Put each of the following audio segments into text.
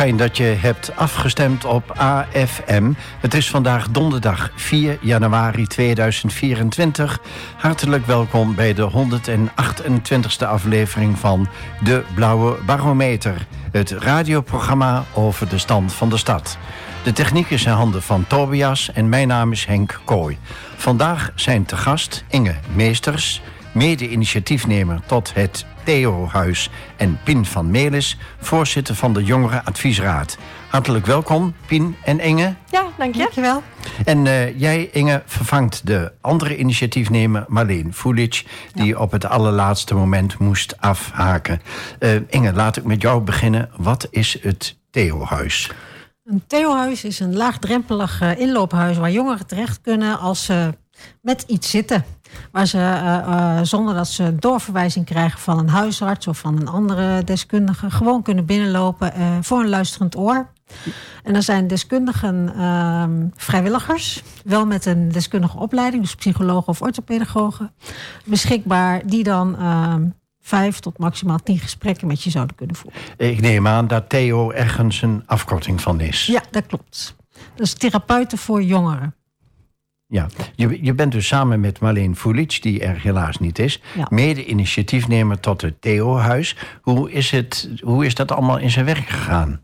Fijn dat je hebt afgestemd op AFM. Het is vandaag donderdag 4 januari 2024. Hartelijk welkom bij de 128e aflevering van De Blauwe Barometer. Het radioprogramma over de stand van de stad. De techniek is in handen van Tobias en mijn naam is Henk Kooi. Vandaag zijn te gast Inge Meesters, mede-initiatiefnemer tot het Theo-huis, en Pien van Melis, voorzitter van de Jongerenadviesraad. Hartelijk welkom, Pien en Inge. Ja, dank je. Dankjewel. En jij, Inge, vervangt de andere initiatiefnemer Marleen Fulic, die op het allerlaatste moment moest afhaken. Inge, laat ik met jou beginnen. Wat is het Theo-huis? Een Theo-huis is een laagdrempelig inloophuis waar jongeren terecht kunnen als ze met iets zitten. Waar ze, zonder dat ze doorverwijzing krijgen van een huisarts of van een andere deskundige, gewoon kunnen binnenlopen voor een luisterend oor. En dan zijn deskundigen vrijwilligers, wel met een deskundige opleiding, dus psychologen of orthopedagogen, beschikbaar, die dan 5 tot maximaal 10 gesprekken met je zouden kunnen voeren. Ik neem aan dat Theo ergens een afkorting van is. Ja, dat klopt. Dat is therapeuten voor jongeren. Ja, je bent dus samen met Marleen Fulic, die er helaas niet is, mede-initiatiefnemer tot het Theo-huis. Hoe is dat allemaal in zijn werk gegaan?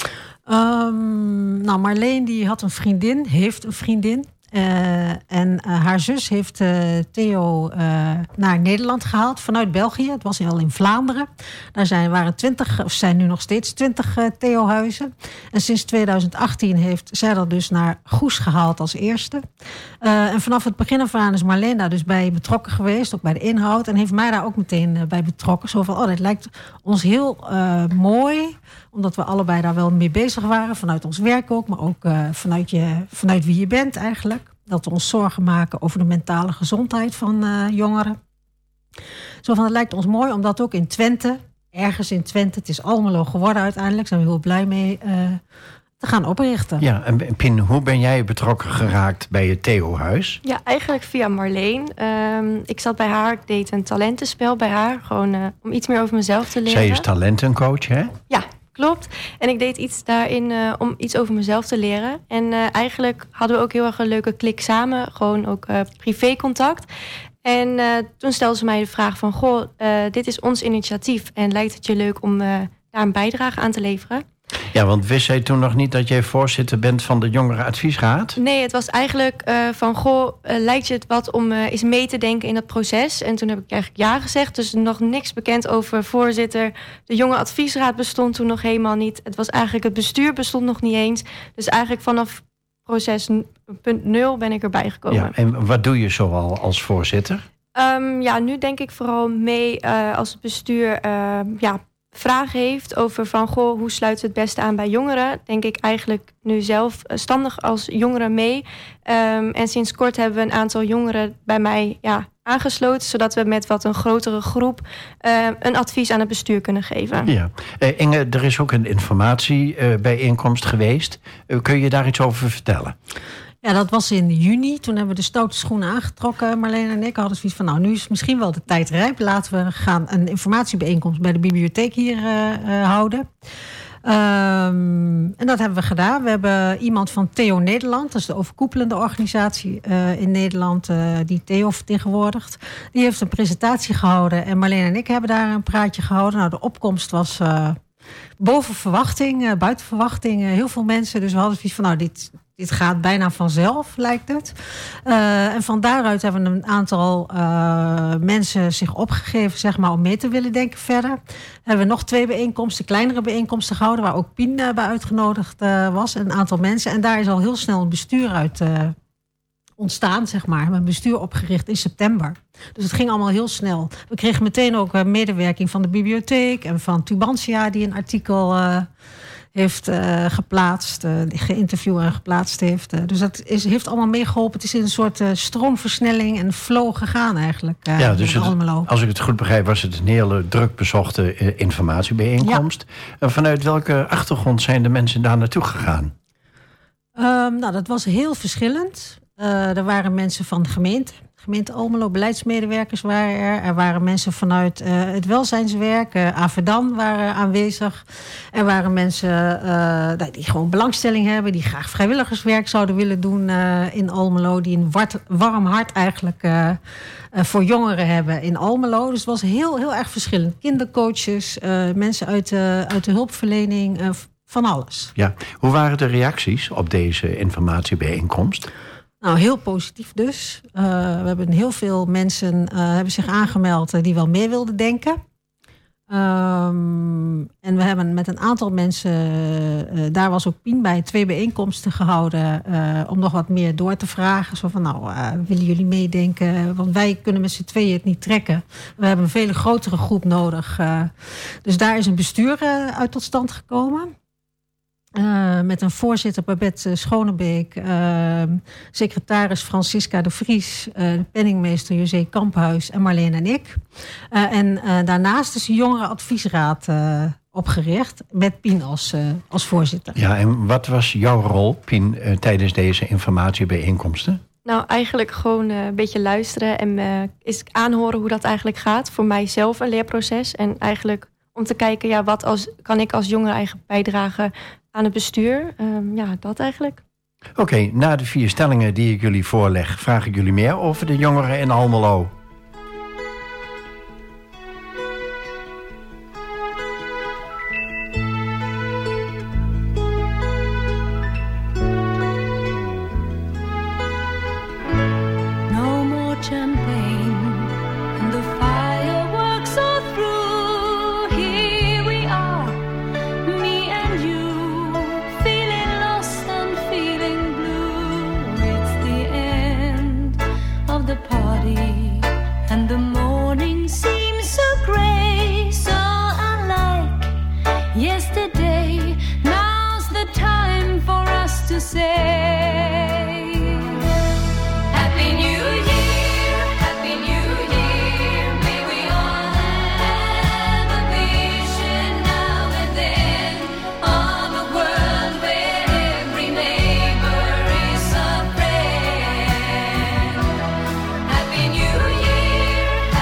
Marleen die had een vriendin, heeft een vriendin. En haar zus heeft Theo naar Nederland gehaald vanuit België. Het was al in Vlaanderen. Daar waren 20, of zijn nu nog steeds 20 Theo-huizen. En sinds 2018 heeft zij dat dus naar Goes gehaald als eerste. En vanaf het begin af aan is Marleen daar dus bij betrokken geweest, ook bij de inhoud. En heeft mij daar ook meteen bij betrokken. Zo van, dit lijkt ons heel mooi, omdat we allebei daar wel mee bezig waren. Vanuit ons werk ook, maar ook vanuit wie je bent eigenlijk. Dat we ons zorgen maken over de mentale gezondheid van jongeren. Zo van, het lijkt ons mooi om dat ook in Twente, ergens in Twente, het is Almelo geworden uiteindelijk, zijn we heel blij mee, te gaan oprichten. Ja, en Pien, hoe ben jij betrokken geraakt bij het Theo-huis? Ja, eigenlijk via Marleen. Ik zat bij haar, ik deed een talentenspel bij haar, gewoon om iets meer over mezelf te leren. Zij is talentencoach, hè? Ja, klopt. En ik deed iets daarin om iets over mezelf te leren. En eigenlijk hadden we ook heel erg een leuke klik samen. Gewoon ook privécontact. En toen stelde ze mij de vraag van, dit is ons initiatief. En lijkt het je leuk om daar een bijdrage aan te leveren? Ja, want wist jij toen nog niet dat jij voorzitter bent van de Jongerenadviesraad? Nee, het was eigenlijk lijkt je het wat om eens mee te denken in dat proces? En toen heb ik eigenlijk ja gezegd. Dus nog niks bekend over voorzitter. De Jongerenadviesraad bestond toen nog helemaal niet. Het was eigenlijk, het bestuur bestond nog niet eens. Dus eigenlijk vanaf proces punt 0 ben ik erbij gekomen. Ja, en wat doe je zoal als voorzitter? Nu denk ik vooral mee als het bestuur vragen heeft over van, hoe sluit het beste aan bij jongeren? Denk ik eigenlijk nu zelf standig als jongeren mee. En sinds kort hebben we een aantal jongeren bij mij aangesloten, zodat we met een grotere groep een advies aan het bestuur kunnen geven. Ja. Inge, er is ook een informatiebijeenkomst geweest. Kun je daar iets over vertellen? Ja, dat was in juni. Toen hebben we de stoute schoenen aangetrokken, Marleen en ik. Hadden zoiets van, nu is misschien wel de tijd rijp. Laten we gaan een informatiebijeenkomst bij de bibliotheek hier houden. En dat hebben we gedaan. We hebben iemand van Theo Nederland, dat is de overkoepelende organisatie in Nederland, die Theo vertegenwoordigt. Die heeft een presentatie gehouden en Marleen en ik hebben daar een praatje gehouden. Nou, de opkomst was boven verwachting, buiten verwachting. Heel veel mensen, dus we hadden zoiets van, dit gaat bijna vanzelf, lijkt het. En van daaruit hebben een aantal mensen zich opgegeven, zeg maar, om mee te willen denken verder. Hebben we nog 2 bijeenkomsten, kleinere bijeenkomsten gehouden, waar ook Pien bij uitgenodigd was. Een aantal mensen. En daar is al heel snel een bestuur uit ontstaan, zeg maar. We hebben een bestuur opgericht in september. Dus het ging allemaal heel snel. We kregen meteen ook medewerking van de bibliotheek en van Tubantia, die een artikel heeft geplaatst, geïnterviewd en geplaatst heeft. Dus dat heeft allemaal meegeholpen. Het is in een soort stroomversnelling en flow gegaan eigenlijk. Dus als ik het goed begrijp, was het een hele druk bezochte informatiebijeenkomst. Ja. Vanuit welke achtergrond zijn de mensen daar naartoe gegaan? Dat was heel verschillend. Er waren mensen van de gemeente Almelo, beleidsmedewerkers waren er. Er waren mensen vanuit het welzijnswerk, Avedan waren aanwezig. Er waren mensen die gewoon belangstelling hebben, die graag vrijwilligerswerk zouden willen doen in Almelo, die een warm hart eigenlijk voor jongeren hebben in Almelo. Dus het was heel, heel erg verschillend. Kindercoaches, mensen uit de hulpverlening, van alles. Ja. Hoe waren de reacties op deze informatiebijeenkomst? Nou, heel positief dus. We hebben heel veel mensen hebben zich aangemeld die wel mee wilden denken. En we hebben met een aantal mensen, daar was ook Pien bij, 2 bijeenkomsten gehouden om nog wat meer door te vragen. Zo van, willen jullie meedenken? Want wij kunnen met z'n tweeën het niet trekken. We hebben een veel grotere groep nodig. Dus daar is een bestuur uit tot stand gekomen. Met een voorzitter Babette Schonebeek, secretaris Francisca de Vries, de penningmeester José Kamphuis en Marleen en ik. En daarnaast is een jongerenadviesraad opgericht met Pien als voorzitter. Ja, en wat was jouw rol, Pien, tijdens deze informatiebijeenkomsten? Nou, eigenlijk gewoon een beetje luisteren en eens aanhoren hoe dat eigenlijk gaat. Voor mijzelf een leerproces en eigenlijk om te kijken, wat kan ik als jongere eigenlijk bijdragen aan het bestuur. Dat eigenlijk. Oké, na de 4 stellingen die ik jullie voorleg, vraag ik jullie meer over de jongeren in Almelo. No more champagne and the fireworks are through. Here we are, me and you. The party and the morning seems so grey, so unlike yesterday. Now's the time for us to say Happy New Year, Happy New Year. May we all have a vision now and then of a world where every neighbor is a friend. Happy New Year,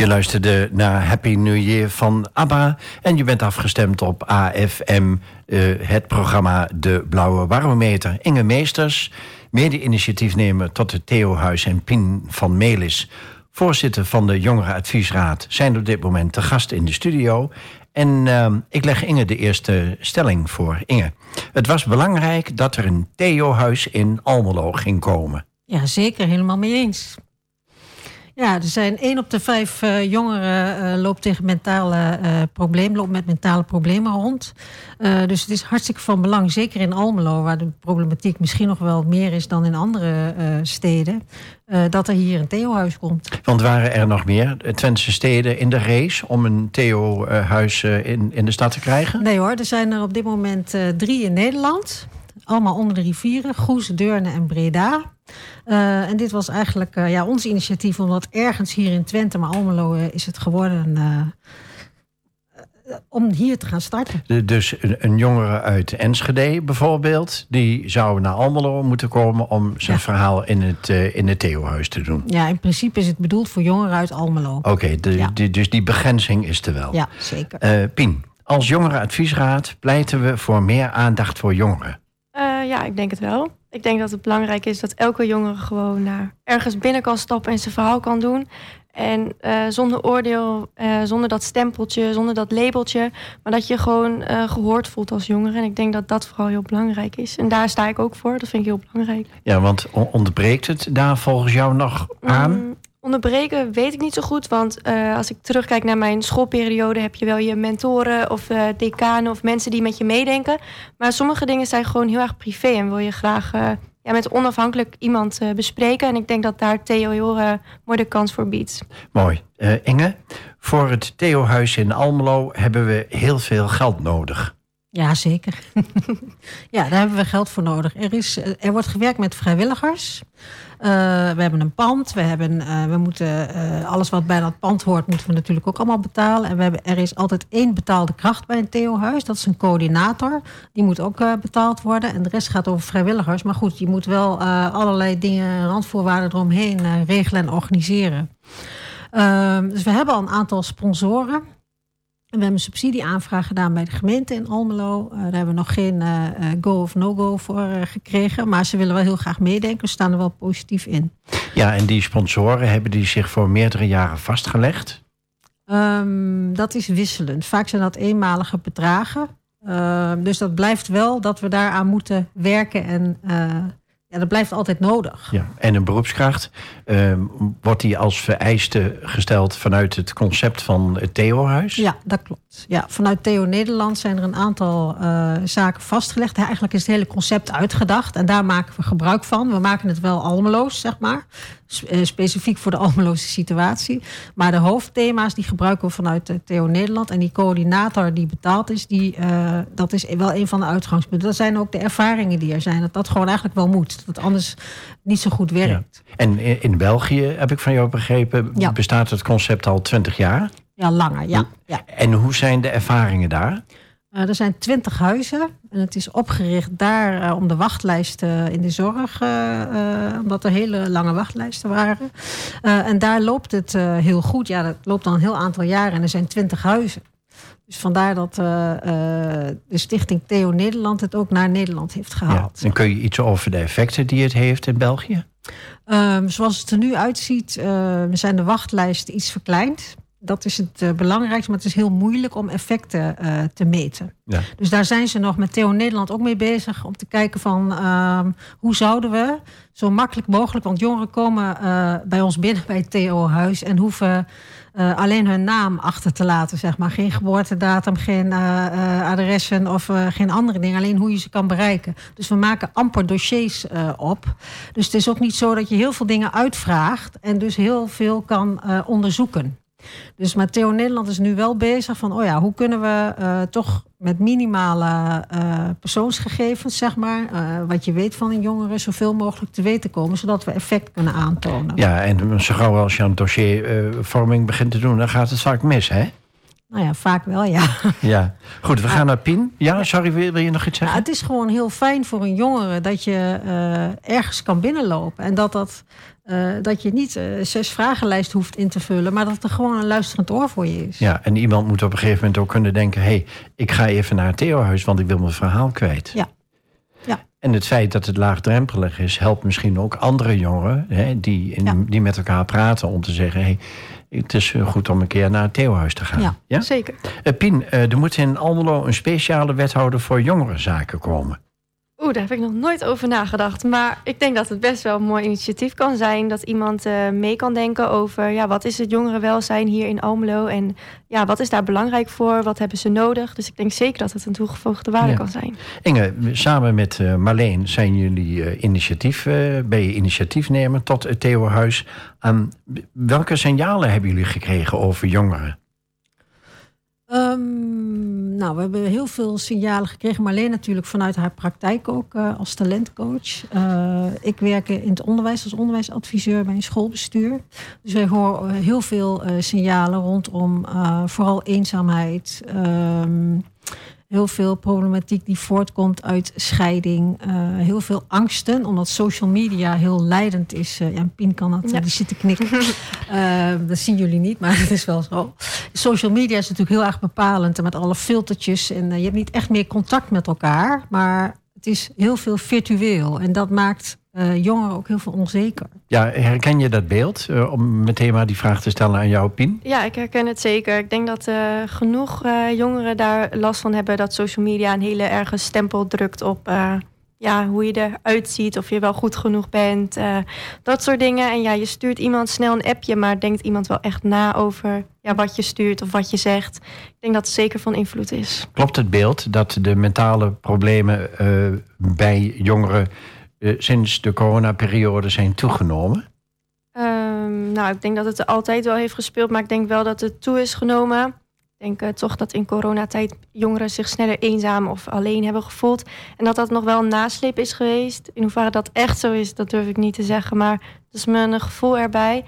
Je luisterde naar Happy New Year van ABBA en je bent afgestemd op AFM, het programma De Blauwe Barometer. Inge Meesters, mede-initiatiefnemer tot het Theo-huis en Pien van Melis, voorzitter van de Jongerenadviesraad, zijn op dit moment te gast in de studio. En ik leg Inge de eerste stelling voor. Inge, het was belangrijk dat er een Theo-huis in Almelo ging komen. Ja, zeker. Helemaal mee eens. Ja, er zijn 1 op de 5 jongeren loopt met mentale problemen rond. Dus het is hartstikke van belang, zeker in Almelo, waar de problematiek misschien nog wel meer is dan in andere steden, dat er hier een Theo-huis komt. Want waren er nog meer Twentse steden in de race om een Theo-huis in de stad te krijgen? Nee hoor, er zijn er op dit moment 3 in Nederland. Allemaal onder de rivieren, Goes, Deurne en Breda. En dit was eigenlijk ons initiatief, omdat ergens hier in Twente, maar Almelo is het geworden, om hier te gaan starten. Dus een jongere uit Enschede bijvoorbeeld, die zou naar Almelo moeten komen om zijn verhaal in het Theo-huis te doen. Ja, in principe is het bedoeld voor jongeren uit Almelo. Oké, dus die begrenzing is er wel. Ja, zeker. Pien, als Jongerenadviesraad pleiten we voor meer aandacht voor jongeren. Ja, ik denk het wel. Ik denk dat het belangrijk is dat elke jongere gewoon ergens binnen kan stappen en zijn verhaal kan doen. En zonder oordeel, zonder dat stempeltje, zonder dat labeltje. Maar dat je gewoon gehoord voelt als jongere. En ik denk dat dat vooral heel belangrijk is. En daar sta ik ook voor. Dat vind ik heel belangrijk. Ja, want ontbreekt het daar volgens jou nog aan? Onderbreken weet ik niet zo goed. Want als ik terugkijk naar mijn schoolperiode, heb je wel je mentoren of decanen of mensen die met je meedenken. Maar sommige dingen zijn gewoon heel erg privé. En wil je graag met onafhankelijk iemand bespreken. En ik denk dat daar Theo heel mooi de kans voor biedt. Mooi. Inge, voor het Theo-huis in Almelo hebben we heel veel geld nodig. Ja, zeker. Ja, daar hebben we geld voor nodig. Er wordt gewerkt met vrijwilligers. We hebben een pand. We moeten alles wat bij dat pand hoort, moeten we natuurlijk ook allemaal betalen. En er is altijd 1 betaalde kracht bij een Theo-huis. Dat is een coördinator. Die moet ook betaald worden. En de rest gaat over vrijwilligers. Maar goed, je moet wel allerlei dingen, randvoorwaarden eromheen regelen en organiseren. Dus we hebben al een aantal sponsoren. We hebben een subsidieaanvraag gedaan bij de gemeente in Almelo. Daar hebben we nog geen go of no-go voor gekregen. Maar ze willen wel heel graag meedenken. We staan er wel positief in. Ja, en die sponsoren, hebben die zich voor meerdere jaren vastgelegd? Dat is wisselend. Vaak zijn dat eenmalige bedragen. Dus dat blijft wel dat we daaraan moeten werken. En dat blijft altijd nodig. Ja, en een beroepskracht, wordt die als vereiste gesteld vanuit het concept van het Theo-huis? Ja, dat klopt. Ja, vanuit Theo Nederland zijn er een aantal zaken vastgelegd. Eigenlijk is het hele concept uitgedacht. En daar maken we gebruik van. We maken het wel Almeloos, zeg maar. Specifiek voor de Almeloze situatie. Maar de hoofdthema's die gebruiken we vanuit Theo Nederland. En die coördinator die betaald is, dat is wel een van de uitgangspunten. Dat zijn ook de ervaringen die er zijn. Dat gewoon eigenlijk wel moet. Dat het anders niet zo goed werkt. Ja. En in België, heb ik van jou begrepen, bestaat het concept al 20 jaar? Ja, langer, ja. En hoe zijn de ervaringen daar? Er zijn 20 huizen en het is opgericht daar om de wachtlijsten in de zorg, omdat er hele lange wachtlijsten waren. En daar loopt het heel goed. Ja, dat loopt al een heel aantal jaren en er zijn 20 huizen. Dus vandaar dat de stichting Theo Nederland het ook naar Nederland heeft gehaald. Ja, en kun je iets over de effecten die het heeft in België? Zoals het er nu uitziet, zijn de wachtlijsten iets verkleind. Dat is het belangrijkste, maar het is heel moeilijk om effecten te meten. Ja. Dus daar zijn ze nog met Theo Nederland ook mee bezig om te kijken van hoe zouden we zo makkelijk mogelijk, want jongeren komen bij ons binnen bij het Theo-huis en hoeven alleen hun naam achter te laten, zeg maar. Geen geboortedatum, geen adressen of geen andere dingen. Alleen hoe je ze kan bereiken. Dus we maken amper dossiers op. Dus het is ook niet zo dat je heel veel dingen uitvraagt en dus heel veel kan onderzoeken. Dus maar Theo Nederland is nu wel bezig van, hoe kunnen we toch met minimale persoonsgegevens, zeg maar, wat je weet van een jongere, zoveel mogelijk te weten komen, zodat we effect kunnen aantonen. Ja, en zo gauw als je aan dossiervorming begint te doen, dan gaat het vaak mis, hè? Nou ja, vaak wel, ja. Ja. Goed, we gaan naar Pien. Ja, sorry, wil je nog iets Nou, zeggen? het is gewoon heel fijn voor een jongere dat je ergens kan binnenlopen. En dat je niet 6 vragenlijst hoeft in te vullen, maar dat er gewoon een luisterend oor voor je is. Ja, en iemand moet op een gegeven moment ook kunnen denken... hey, ik ga even naar het Theo-huis, want ik wil mijn verhaal kwijt. Ja. En het feit dat het laagdrempelig is... helpt misschien ook andere jongeren die met elkaar praten... om te zeggen, hey, het is goed om een keer naar het Theo-huis te gaan. Ja. Zeker. Pien, er moet in Almelo een speciale wethouder voor jongerenzaken komen. Daar heb ik nog nooit over nagedacht. Maar ik denk dat het best wel een mooi initiatief kan zijn. Dat iemand mee kan denken over wat is het jongerenwelzijn hier in Almelo. En wat is daar belangrijk voor? Wat hebben ze nodig? Dus ik denk zeker dat het een toegevoegde waarde kan zijn. Inge, samen met Marleen zijn jullie ben je initiatiefnemer tot het Theo-huis. Welke signalen hebben jullie gekregen over jongeren? Nou, we hebben heel veel signalen gekregen. Marleen natuurlijk vanuit haar praktijk ook als talentcoach. Ik werk in het onderwijs als onderwijsadviseur bij een schoolbestuur. Dus wij horen heel veel signalen rondom vooral eenzaamheid. Heel veel problematiek die voortkomt uit scheiding. Heel veel angsten, omdat social media heel leidend is. Pien kan dat, die zit te knikken. Dat zien jullie niet, maar het is wel zo. Social media is natuurlijk heel erg bepalend. En met alle filtertjes. En je hebt niet echt meer contact met elkaar. Maar het is heel veel virtueel. En dat maakt jongeren ook heel veel onzeker. Ja, herken je dat beeld? Om meteen maar die vraag te stellen aan jou, Pien. Ja, ik herken het zeker. Ik denk dat genoeg jongeren daar last van hebben... dat social media een hele erge stempel drukt op hoe je eruit ziet... of je wel goed genoeg bent, dat soort dingen. En je stuurt iemand snel een appje... maar denkt iemand wel echt na over wat je stuurt of wat je zegt. Ik denk dat het zeker van invloed is. Klopt het beeld dat de mentale problemen bij jongeren... sinds de coronaperiode zijn toegenomen? Ik denk dat het er altijd wel heeft gespeeld... maar ik denk wel dat het toe is genomen. Ik denk toch dat in coronatijd jongeren zich sneller eenzaam of alleen hebben gevoeld. En dat nog wel een nasleep is geweest. In hoeverre dat echt zo is, dat durf ik niet te zeggen. Maar dat is mijn gevoel erbij.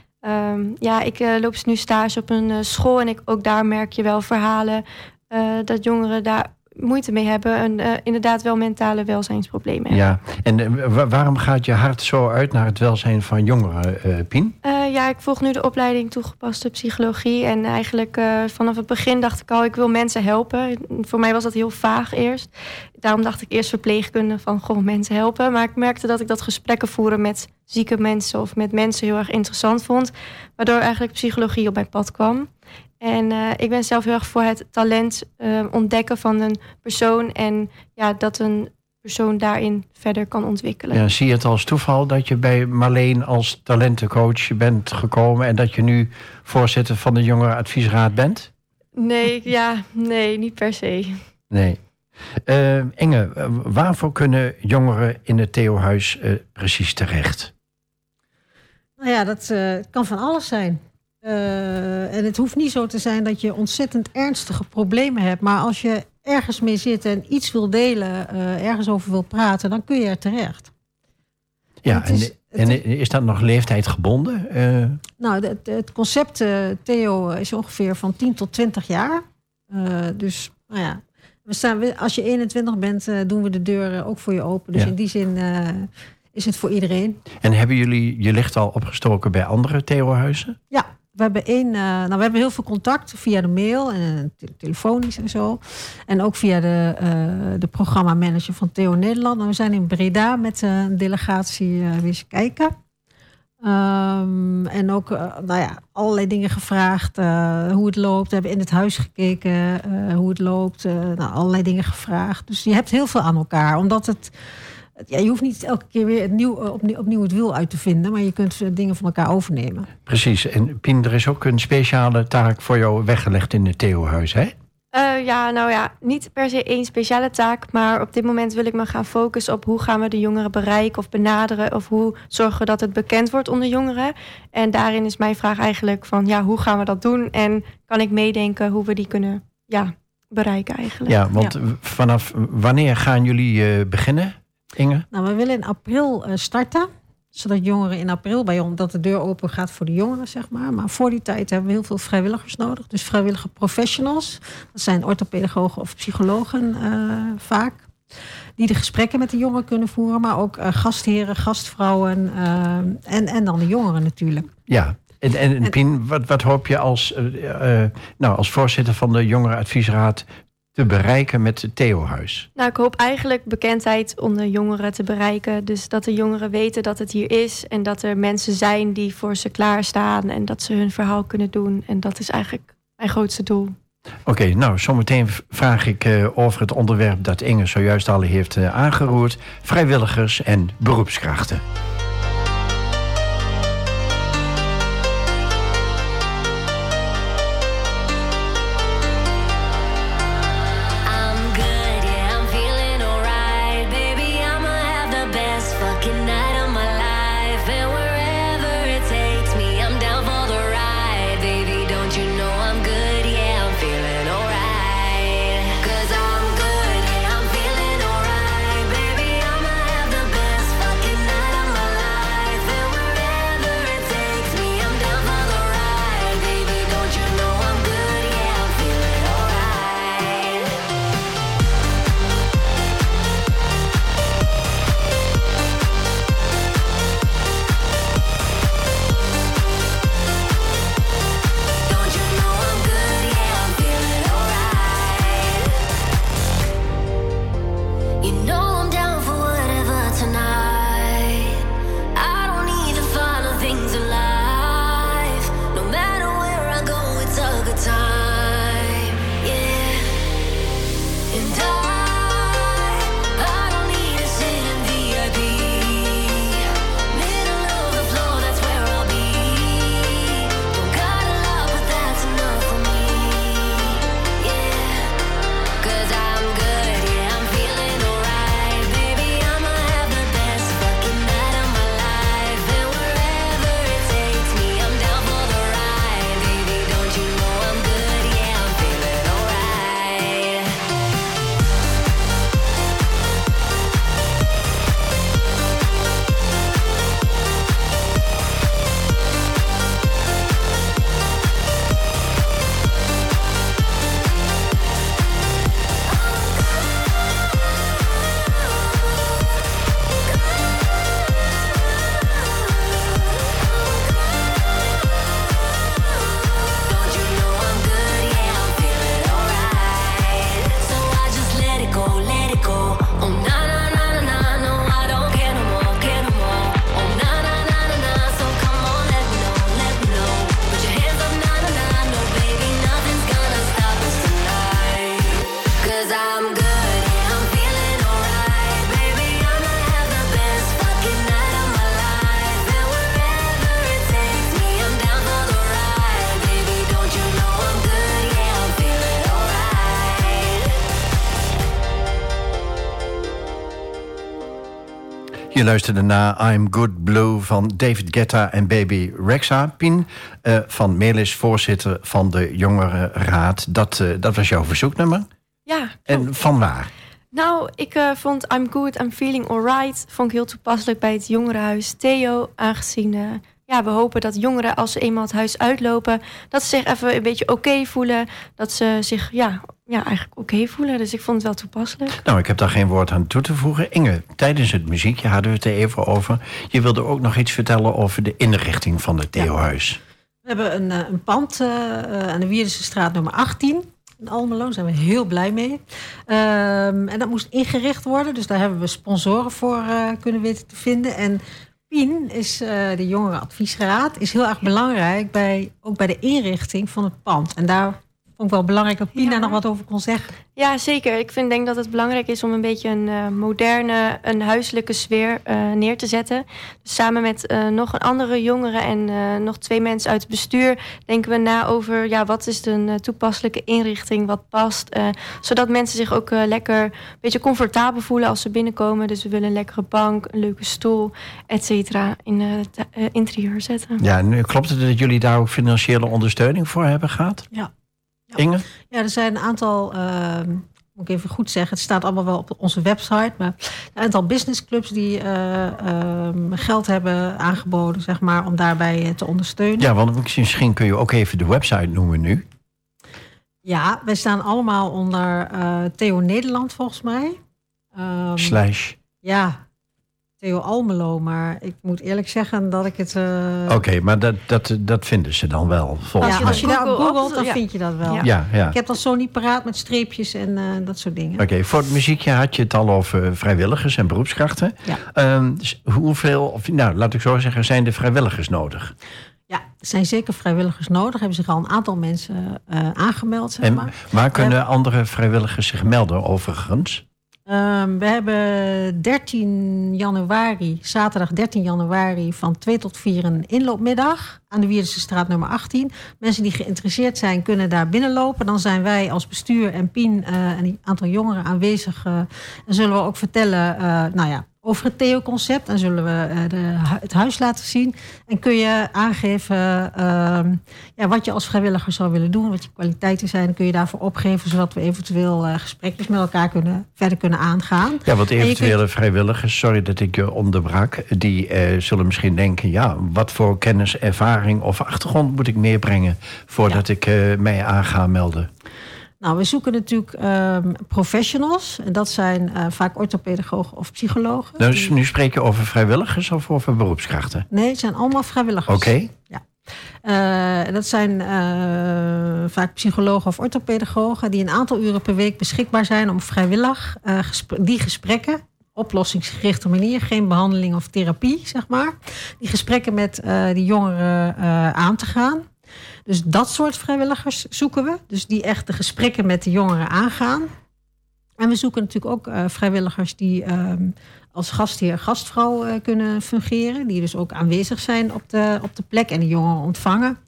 Ik loop nu stage op een school... en ook daar merk je wel verhalen... dat jongeren daar moeite mee hebben... en inderdaad wel mentale welzijnsproblemen hebben. Ja, en waarom gaat je hart zo uit naar het welzijn van jongeren, Pien? Ik volg nu de opleiding toegepaste psychologie... en eigenlijk vanaf het begin dacht ik al... ik wil mensen helpen. Voor mij was dat heel vaag eerst. Daarom dacht ik eerst verpleegkunde van... mensen helpen. Maar ik merkte dat ik dat gesprekken voeren met zieke mensen... of met mensen heel erg interessant vond. Waardoor eigenlijk psychologie op mijn pad kwam... En ik ben zelf heel erg voor het talent ontdekken van een persoon... en dat een persoon daarin verder kan ontwikkelen. Ja, zie je het als toeval dat je bij Marleen als talentencoach bent gekomen... en dat je nu voorzitter van de jongerenadviesraad bent? Nee, niet per se. Nee. Inge, waarvoor kunnen jongeren in het Theo-huis precies terecht? Nou ja, dat kan van alles zijn. En het hoeft niet zo te zijn dat je ontzettend ernstige problemen hebt. Maar als je ergens mee zit en iets wil delen, ergens over wil praten, dan kun je er terecht. Ja, en is dat nog leeftijdgebonden? Het concept Theo is ongeveer van 10 tot 20 jaar. Dus als je 21 bent, doen we de deuren ook voor je open. Dus in die zin is het voor iedereen. En hebben jullie je licht al opgestoken bij andere Theo-huizen? Ja. We hebben heel veel contact via de mail en telefonisch en zo. En ook via de programmamanager van Theo Nederland. En we zijn in Breda met een delegatie weer eens kijken. En ook allerlei dingen gevraagd. Hoe het loopt. We hebben in het huis gekeken hoe het loopt. Allerlei dingen gevraagd. Dus je hebt heel veel aan elkaar. Omdat je hoeft niet elke keer weer opnieuw het wiel uit te vinden... maar je kunt dingen van elkaar overnemen. Precies. En Pien, er is ook een speciale taak voor jou weggelegd in het Theo-huis, hè? Niet per se één speciale taak... maar op dit moment wil ik me gaan focussen op... hoe gaan we de jongeren bereiken of benaderen... of hoe zorgen we dat het bekend wordt onder jongeren. En daarin is mijn vraag eigenlijk van... hoe gaan we dat doen? En kan ik meedenken hoe we die kunnen bereiken eigenlijk. Ja, want vanaf wanneer gaan jullie beginnen... Inge? We willen in april starten. Zodat jongeren in april bij ons, dat de deur open gaat voor de jongeren, zeg maar. Maar voor die tijd hebben we heel veel vrijwilligers nodig. Dus vrijwillige professionals. Dat zijn orthopedagogen of psychologen vaak. Die de gesprekken met de jongeren kunnen voeren. Maar ook gastheren, gastvrouwen en dan de jongeren natuurlijk. Ja. En Pien, wat hoop je als voorzitter van de Jongerenadviesraad te bereiken met het Theo-huis? Nou, ik hoop eigenlijk bekendheid onder jongeren te bereiken. Dus dat de jongeren weten dat het hier is. En dat er mensen zijn die voor ze klaarstaan. En dat ze hun verhaal kunnen doen. En dat is eigenlijk mijn grootste doel. Oké, nou, zometeen vraag ik over het onderwerp dat Inge zojuist al heeft aangeroerd. Vrijwilligers en beroepskrachten. Je luisterde naar I'm Good Blue van David Guetta en Baby Rexha. Pien van Melis, voorzitter van de Jongerenraad. Dat was jouw verzoeknummer? Ja, klopt. En van waar? Nou, ik vond I'm Good, I'm Feeling Alright... vond ik heel toepasselijk bij het jongerenhuis Theo. Aangezien we hopen dat jongeren, als ze eenmaal het huis uitlopen... dat ze zich even een beetje oké voelen. Dat ze zich eigenlijk oké voelen. Dus ik vond het wel toepasselijk. Nou, ik heb daar geen woord aan toe te voegen. Inge, tijdens het muziekje hadden we het er even over. Je wilde ook nog iets vertellen over de inrichting van het Theo-huis. We hebben een pand aan de Wierdense straat nummer 18... in Almelo, daar zijn we heel blij mee. En dat moest ingericht worden. Dus daar hebben we sponsoren voor kunnen weten te vinden. En Pien is de Jongerenadviesraad. Is heel erg belangrijk ook bij de inrichting van het pand. En daar vond ik wel belangrijk dat Pien daar nog wat over kon zeggen. Ja, zeker. Ik denk dat het belangrijk is om een beetje een moderne, een huiselijke sfeer neer te zetten. Dus samen met nog een andere jongere en nog 2 mensen uit het bestuur denken we na over wat is een toepasselijke inrichting, wat past. Zodat mensen zich ook lekker een beetje comfortabel voelen als ze binnenkomen. Dus we willen een lekkere bank, een leuke stoel, et cetera, in het interieur zetten. Ja, nu klopt het dat jullie daar ook financiële ondersteuning voor hebben gehad? Ja. Inge? Ja, er zijn een aantal moet ik even goed zeggen, het staat allemaal wel op onze website, maar een aantal businessclubs die geld hebben aangeboden, zeg maar, om daarbij te ondersteunen. Ja, want misschien kun je ook even de website noemen nu. Ja, wij staan allemaal onder Theo Nederland, volgens mij. / Ja, Theo Almelo, maar ik moet eerlijk zeggen dat ik het... Oké, maar dat vinden ze dan wel, volgens mij. Als je daar op Google googelt, dan ja. vind je dat wel. Ja. Ja. Ik heb dat zo niet paraat met streepjes en dat soort dingen. Oké, voor het muziekje had je het al over vrijwilligers en beroepskrachten. Ja. Dus hoeveel, laat ik zo zeggen, zijn er vrijwilligers nodig? Ja, er zijn zeker vrijwilligers nodig. Er hebben zich al een aantal mensen aangemeld, zeg En maar. waar kunnen andere vrijwilligers zich melden overigens? We hebben 13 januari, zaterdag 13 januari van 2 tot 4 een inloopmiddag aan de Wierdense straat nummer 18. Mensen die geïnteresseerd zijn kunnen daar binnenlopen. Dan zijn wij als bestuur en Pien en een aantal jongeren aanwezig. En zullen we ook vertellen over het Theo-concept. En zullen we het huis laten zien. En kun je aangeven wat je als vrijwilliger zou willen doen. Wat je kwaliteiten zijn. Dan kun je daarvoor opgeven. Zodat we eventueel gesprekjes met elkaar verder kunnen aangaan. Ja, want eventuele vrijwilligers, sorry dat ik je onderbrak. Die zullen misschien denken, ja, wat voor kennis, ervaring of achtergrond moet ik meebrengen voordat ik mij aan ga melden? Nou, we zoeken natuurlijk professionals. En dat zijn vaak orthopedagogen of psychologen. Dus nu spreek je over vrijwilligers of over beroepskrachten? Nee, het zijn allemaal vrijwilligers. Oké. Ja. Dat zijn vaak psychologen of orthopedagogen die een aantal uren per week beschikbaar zijn om vrijwillig die gesprekken, oplossingsgerichte manier, geen behandeling of therapie, zeg maar, die gesprekken met die jongeren aan te gaan. Dus dat soort vrijwilligers zoeken we. Dus die echt de gesprekken met de jongeren aangaan. En we zoeken natuurlijk ook vrijwilligers die als gastheer, gastvrouw kunnen fungeren. Die dus ook aanwezig zijn op de plek en de jongeren ontvangen.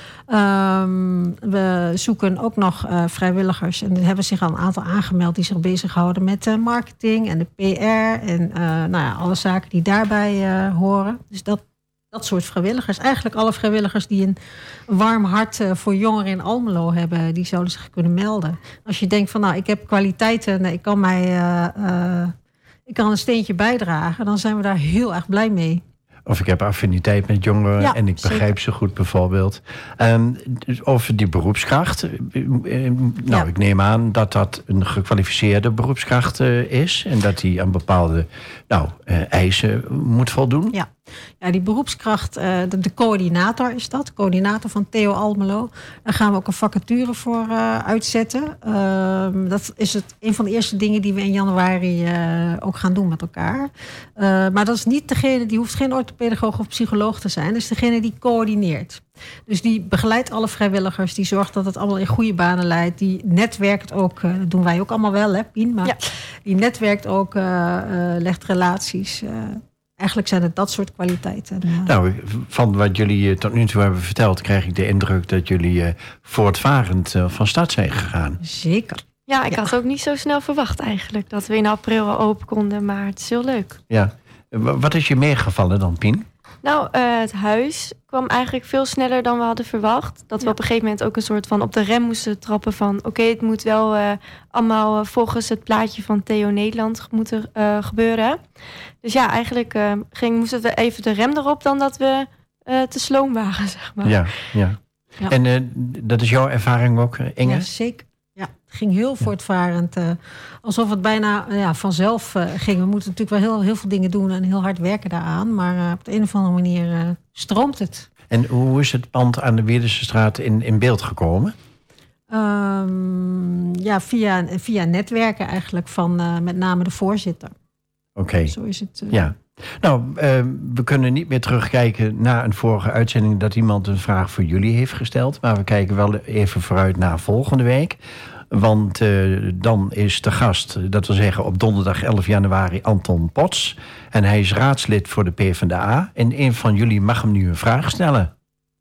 We zoeken ook nog vrijwilligers. En er hebben zich al een aantal aangemeld die zich bezighouden met marketing en de PR. En alle zaken die daarbij horen. Dus dat soort vrijwilligers. Eigenlijk alle vrijwilligers die een warm hart voor jongeren in Almelo hebben, die zouden zich kunnen melden. Als je denkt van ik heb kwaliteiten, ik kan een steentje bijdragen, dan zijn we daar heel erg blij mee. Of ik heb affiniteit met jongeren en ik begrijp ze goed bijvoorbeeld. Dus over die beroepskracht. Ik neem aan dat dat een gekwalificeerde beroepskracht is. En dat die aan bepaalde eisen moet voldoen. Ja, die beroepskracht, de coördinator is dat. Coördinator van Theo Almelo. Daar gaan we ook een vacature voor uitzetten. Dat is een van de eerste dingen die we in januari ook gaan doen met elkaar. Maar dat is niet degene, die hoeft geen orthopedagoog of psycholoog te zijn. Dat is degene die coördineert. Dus die begeleidt alle vrijwilligers. Die zorgt dat het allemaal in goede banen leidt. Die netwerkt ook, dat doen wij ook allemaal wel, hè, Pien? Maar die netwerkt ook, legt relaties. Eigenlijk zijn het dat soort kwaliteiten. Van wat jullie tot nu toe hebben verteld, krijg ik de indruk dat jullie voortvarend van start zijn gegaan. Zeker. Ja, ik had ook niet zo snel verwacht eigenlijk dat we in april al open konden, maar het is heel leuk. Ja. Wat is je meegevallen dan, Pien? Nou, het huis kwam eigenlijk veel sneller dan we hadden verwacht. Dat we op een gegeven moment ook een soort van op de rem moesten trappen van oké, het moet wel allemaal volgens het plaatje van Theo Nederland moeten gebeuren. Dus ja, eigenlijk moesten we even de rem erop dan dat we te sloom waren, zeg maar. Ja. En dat is jouw ervaring ook, Inge? Ja, zeker. Ja, het ging heel voortvarend. Alsof het bijna vanzelf ging. We moeten natuurlijk wel heel veel dingen doen en heel hard werken daaraan. Maar op de een of andere manier stroomt het. En hoe is het pand aan de Wierdense straat in beeld gekomen? Via netwerken eigenlijk van met name de voorzitter. Oké. Zo is het. Ja. Nou, we kunnen niet meer terugkijken naar een vorige uitzending dat iemand een vraag voor jullie heeft gesteld. Maar we kijken wel even vooruit naar volgende week. Want dan is de gast, dat wil zeggen op donderdag 11 januari, Anton Pots. En hij is raadslid voor de PvdA. En een van jullie mag hem nu een vraag stellen.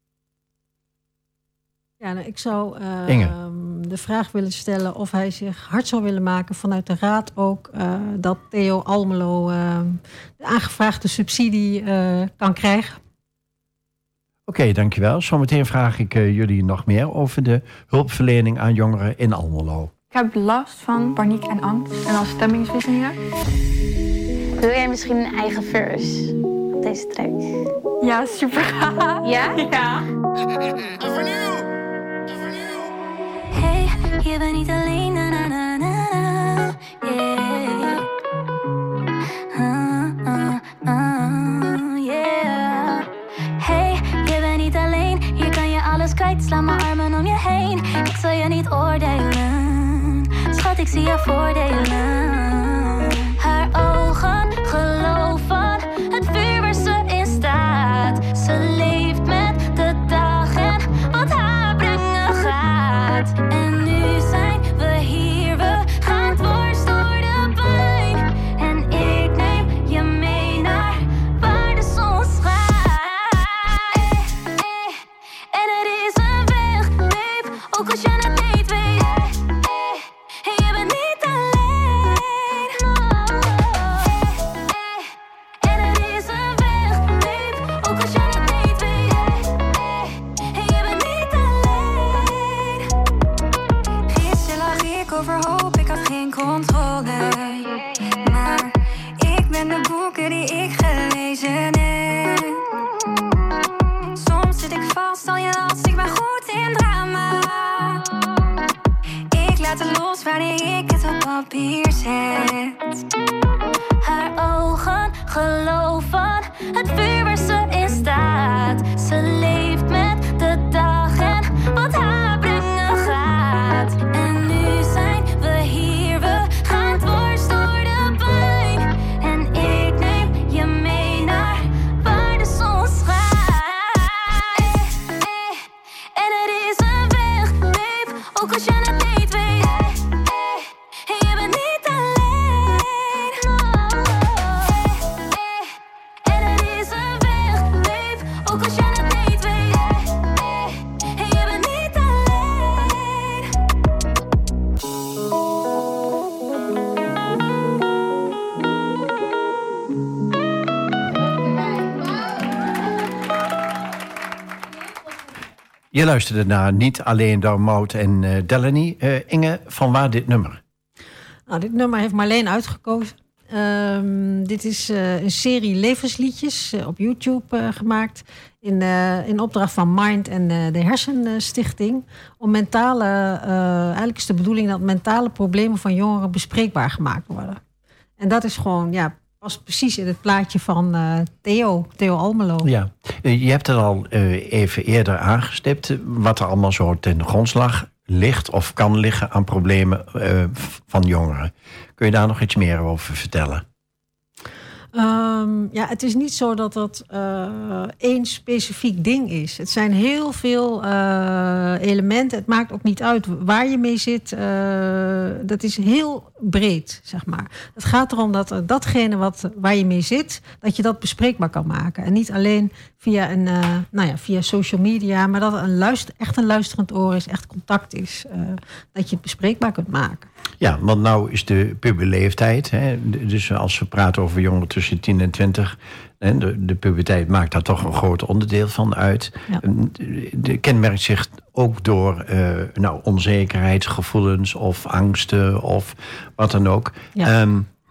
Ja, ik zou Inge. de vraag willen stellen of hij zich hard zou willen maken vanuit de raad ook dat Theo Almelo de aangevraagde subsidie kan krijgen. Oké, dankjewel. Zometeen vraag ik jullie nog meer over de hulpverlening aan jongeren in Almelo. Ik heb last van paniek en angst en dan stemmingswisselingen. Wil jij misschien een eigen verse op deze track? Ja, super gaaf. Ja? Ja. Hey, je bent niet alleen, na na na na na. Yeah. Yeah. Hey, je bent niet alleen, hier kan je alles kwijt. Sla mijn armen om je heen, ik zal je niet oordelen. Schat, ik zie je voordelen. Haar ogen geloven, het vuur waar ze in staat. Ze leeft met de dag en wat haar brengen gaat. En nu zijn we hier, we gaan dwars door de pijn. En ik neem je mee naar waar de zon schijnt. En het is een weg, babe, ook als je het niet weet. Je bent niet alleen. En het is een weg, babe, ook als je het niet weet. Je bent niet alleen. Gisteren lag ik overhoop, ik had geen controle. Maar ik ben de boeken die ik gelezen heb. Soms zit ik vast al je last, ik ben goed in drama. Ik laat het los wanneer ik het op papier zet. Haar ogen geloven, het vuur waar ze in staat. Ze leeft met de dag en wat haar brengen gaat. En nu zijn we hier, we gaan dwars door de pijn. En ik neem je mee naar waar de zon schijnt. En het is een weg, babe, ook als je het niet weet. Je bent niet alleen. En het is een weg, babe, ook als je het niet weet. Je bent niet alleen. Je luisterde naar Niet Alleen door Maud en Delaney. Inge, van waar dit nummer? Nou, dit nummer heeft Marleen uitgekozen. Dit is een serie levensliedjes op YouTube gemaakt. In opdracht van Mind en de Hersenstichting. Om mentale, eigenlijk is de bedoeling dat mentale problemen van jongeren bespreekbaar gemaakt worden. En dat is gewoon, ja, past precies in het plaatje van Theo Almelo. Ja, je hebt het al even eerder aangestipt. Wat er allemaal zo ten grondslag ligt of kan liggen aan problemen van jongeren. Kun je daar nog iets meer over vertellen? Ja, het is niet zo dat dat één specifiek ding is. Het zijn heel veel elementen. Het maakt ook niet uit waar je mee zit. Dat is heel breed, zeg maar. Het gaat erom dat datgene waar je mee zit, dat je dat bespreekbaar kan maken. En niet alleen via via social media, maar dat het echt een luisterend oor is, echt contact is. Dat je het bespreekbaar kunt maken. Ja, want nou is de puberleeftijd. Hè, dus als we praten over jongeren tussen 10 en 20... de puberteit maakt daar toch een groot onderdeel van uit. Ja. De kenmerkt zich ook door onzekerheidsgevoelens of angsten of wat dan ook. Ja.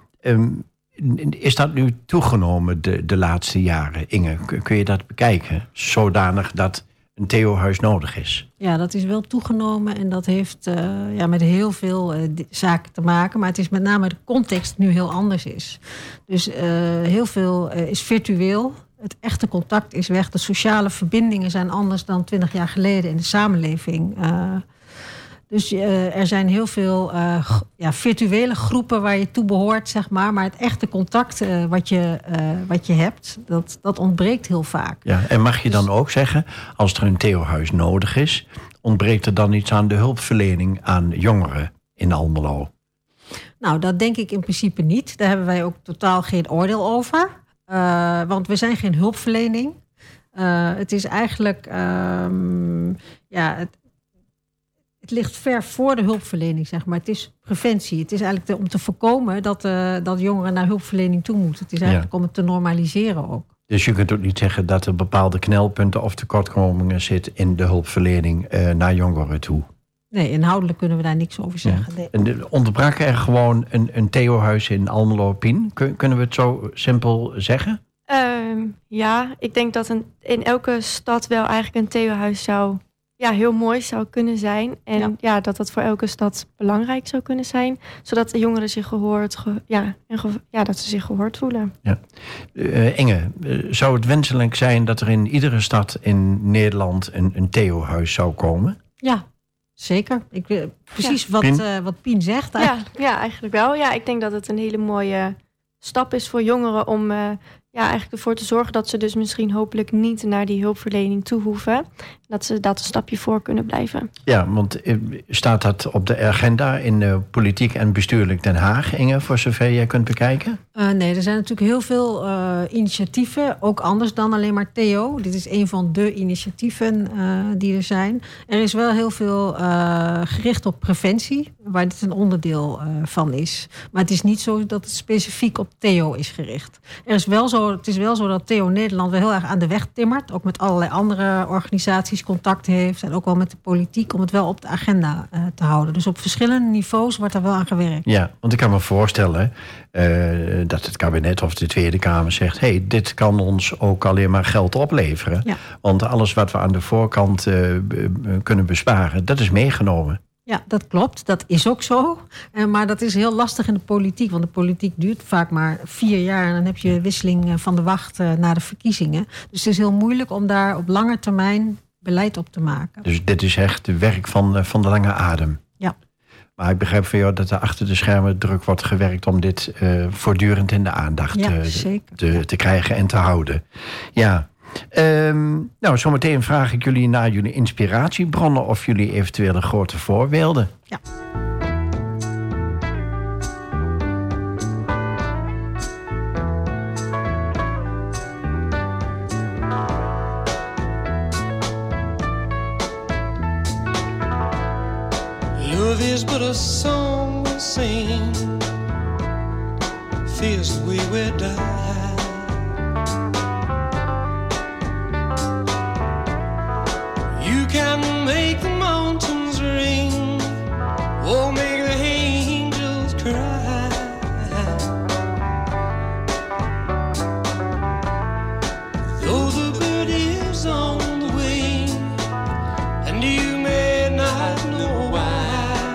Is dat nu toegenomen de laatste jaren, Inge? Kun je dat bekijken? Zodanig dat een Theo-huis nodig is? Ja, dat is wel toegenomen en dat heeft met heel veel zaken te maken. Maar het is met name de context nu heel anders is. Dus heel veel is virtueel. Het echte contact is weg. De sociale verbindingen zijn anders dan 20 jaar geleden in de samenleving. Dus er zijn heel veel virtuele groepen waar je toe behoort, zeg maar. Maar het echte contact wat je hebt, dat ontbreekt heel vaak. Ja, en mag je dan ook zeggen, als er een Theo-huis nodig is, ontbreekt er dan iets aan de hulpverlening aan jongeren in Almelo? Nou, dat denk ik in principe niet. Daar hebben wij ook totaal geen oordeel over. Want we zijn geen hulpverlening. Het is eigenlijk... Het ligt ver voor de hulpverlening, zeg maar. Het is preventie. Het is eigenlijk om te voorkomen dat jongeren naar hulpverlening toe moeten. Het is eigenlijk om het te normaliseren ook. Dus je kunt ook niet zeggen dat er bepaalde knelpunten of tekortkomingen zitten in de hulpverlening naar jongeren toe? Nee, inhoudelijk kunnen we daar niks over zeggen. Nee. En ontbrak er gewoon een Theo-huis in Almelo-Pien? Kunnen we het zo simpel zeggen? Ja, ik denk dat in elke stad wel eigenlijk een Theo-huis heel mooi zou kunnen zijn. En dat voor elke stad belangrijk zou kunnen zijn. Zodat de jongeren zich dat ze zich gehoord voelen. Ja. Inge, zou het wenselijk zijn dat er in iedere stad in Nederland een Theo-huis zou komen? Ja, zeker. Ik weet precies wat Pien zegt. Ja, eigenlijk wel. Ja, ik denk dat het een hele mooie stap is voor jongeren om eigenlijk ervoor te zorgen dat ze dus misschien hopelijk niet naar die hulpverlening toe hoeven. Dat ze dat een stapje voor kunnen blijven. Ja, want staat dat op de agenda in politiek en bestuurlijk Den Haag, Inge, voor zover jij kunt bekijken? Nee, er zijn natuurlijk heel veel initiatieven, ook anders dan alleen maar Theo. Dit is een van de initiatieven die er zijn. Er is wel heel veel gericht op preventie, waar dit een onderdeel van is. Maar het is niet zo dat het specifiek op Theo is gericht. Het is wel zo dat Theo Nederland wel heel erg aan de weg timmert. Ook met allerlei andere organisaties contact heeft. En ook wel met de politiek om het wel op de agenda te houden. Dus op verschillende niveaus wordt er wel aan gewerkt. Ja, want ik kan me voorstellen dat het kabinet of de Tweede Kamer zegt, dit kan ons ook alleen maar geld opleveren. Ja. Want alles wat we aan de voorkant kunnen besparen, dat is meegenomen. Ja, dat klopt. Dat is ook zo. Maar dat is heel lastig in de politiek. Want de politiek duurt vaak maar 4 jaar. En dan heb je wisseling van de wacht na de verkiezingen. Dus het is heel moeilijk om daar op lange termijn beleid op te maken. Dus dit is echt het werk van de lange adem. Ja. Maar ik begrijp van jou dat er achter de schermen druk wordt gewerkt om dit voortdurend in de aandacht te krijgen en te houden. Ja. Zometeen vraag ik jullie naar jullie inspiratiebronnen of jullie eventuele grote voorbeelden. Ja. Love is but a song we sing, fears the way we die. You can make the mountains ring, or make the angels cry. Though the bird is on the wing, and you may not know why.